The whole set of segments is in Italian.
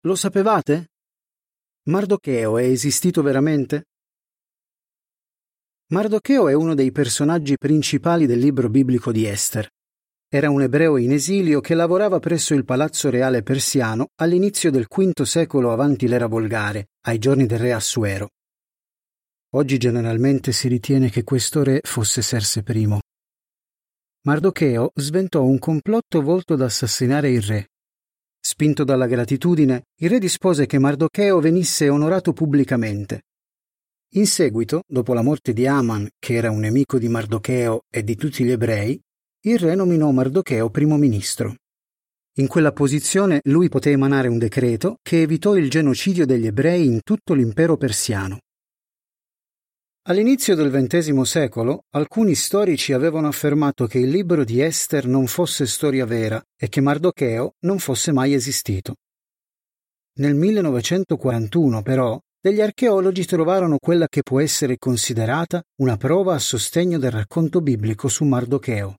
Lo sapevate? Mardocheo è esistito veramente? Mardocheo è uno dei personaggi principali del libro biblico di Ester. Era un ebreo in esilio che lavorava presso il palazzo reale persiano all'inizio del V secolo avanti l'era volgare, ai giorni del re Assuero. Oggi generalmente si ritiene che questo re fosse Serse I. Mardocheo sventò un complotto volto ad assassinare il re. Spinto dalla gratitudine, il re dispose che Mardocheo venisse onorato pubblicamente. In seguito, dopo la morte di Aman, che era un nemico di Mardocheo e di tutti gli ebrei, il re nominò Mardocheo primo ministro. In quella posizione lui poté emanare un decreto che evitò il genocidio degli ebrei in tutto l'impero persiano. All'inizio del XX secolo, alcuni storici avevano affermato che il libro di Ester non fosse storia vera e che Mardocheo non fosse mai esistito. Nel 1941, però, degli archeologi trovarono quella che può essere considerata una prova a sostegno del racconto biblico su Mardocheo.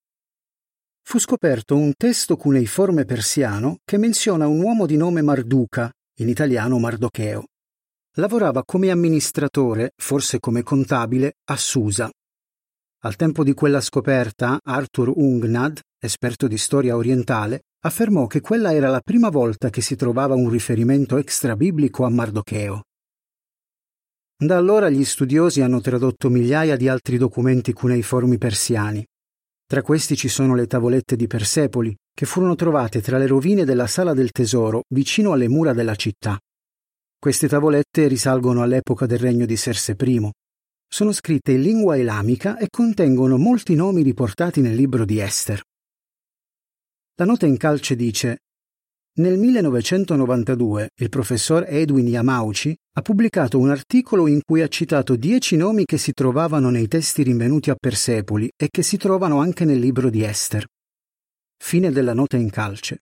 Fu scoperto un testo cuneiforme persiano che menziona un uomo di nome Marduca, in italiano Mardocheo. Lavorava come amministratore, forse come contabile, a Susa. Al tempo di quella scoperta, Arthur Ungnad, esperto di storia orientale, affermò che quella era la prima volta che si trovava un riferimento extrabiblico a Mardocheo. Da allora gli studiosi hanno tradotto migliaia di altri documenti cuneiformi persiani. Tra questi ci sono le tavolette di Persepoli, che furono trovate tra le rovine della Sala del Tesoro, vicino alle mura della città. Queste tavolette risalgono all'epoca del regno di Serse I. Sono scritte in lingua elamica e contengono molti nomi riportati nel libro di Ester. La nota in calce dice: nel 1992 il professor Edwin Yamauchi ha pubblicato un articolo in cui ha citato 10 nomi che si trovavano nei testi rinvenuti a Persepoli e che si trovano anche nel libro di Ester. Fine della nota in calce.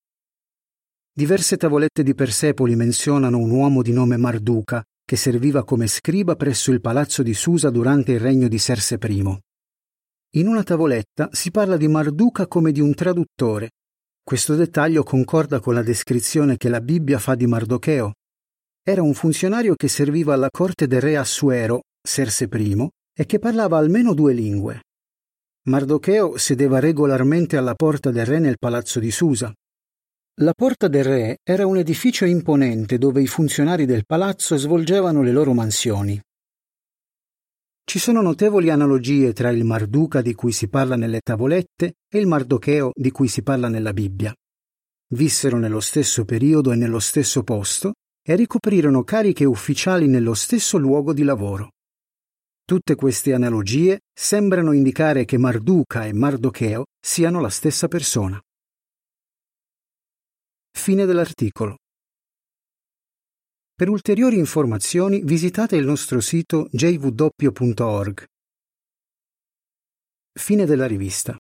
Diverse tavolette di Persepoli menzionano un uomo di nome Marduca che serviva come scriba presso il palazzo di Susa durante il regno di Serse I. In una tavoletta si parla di Marduca come di un traduttore. Questo dettaglio concorda con la descrizione che la Bibbia fa di Mardocheo. Era un funzionario che serviva alla corte del re Assuero, Serse I, e che parlava almeno 2 lingue. Mardocheo sedeva regolarmente alla porta del re nel palazzo di Susa. La porta del re era un edificio imponente dove i funzionari del palazzo svolgevano le loro mansioni. Ci sono notevoli analogie tra il Marduca di cui si parla nelle tavolette e il Mardocheo di cui si parla nella Bibbia. Vissero nello stesso periodo e nello stesso posto e ricoprirono cariche ufficiali nello stesso luogo di lavoro. Tutte queste analogie sembrano indicare che Marduca e Mardocheo siano la stessa persona. Fine dell'articolo. Per ulteriori informazioni visitate il nostro sito jw.org. Fine della rivista.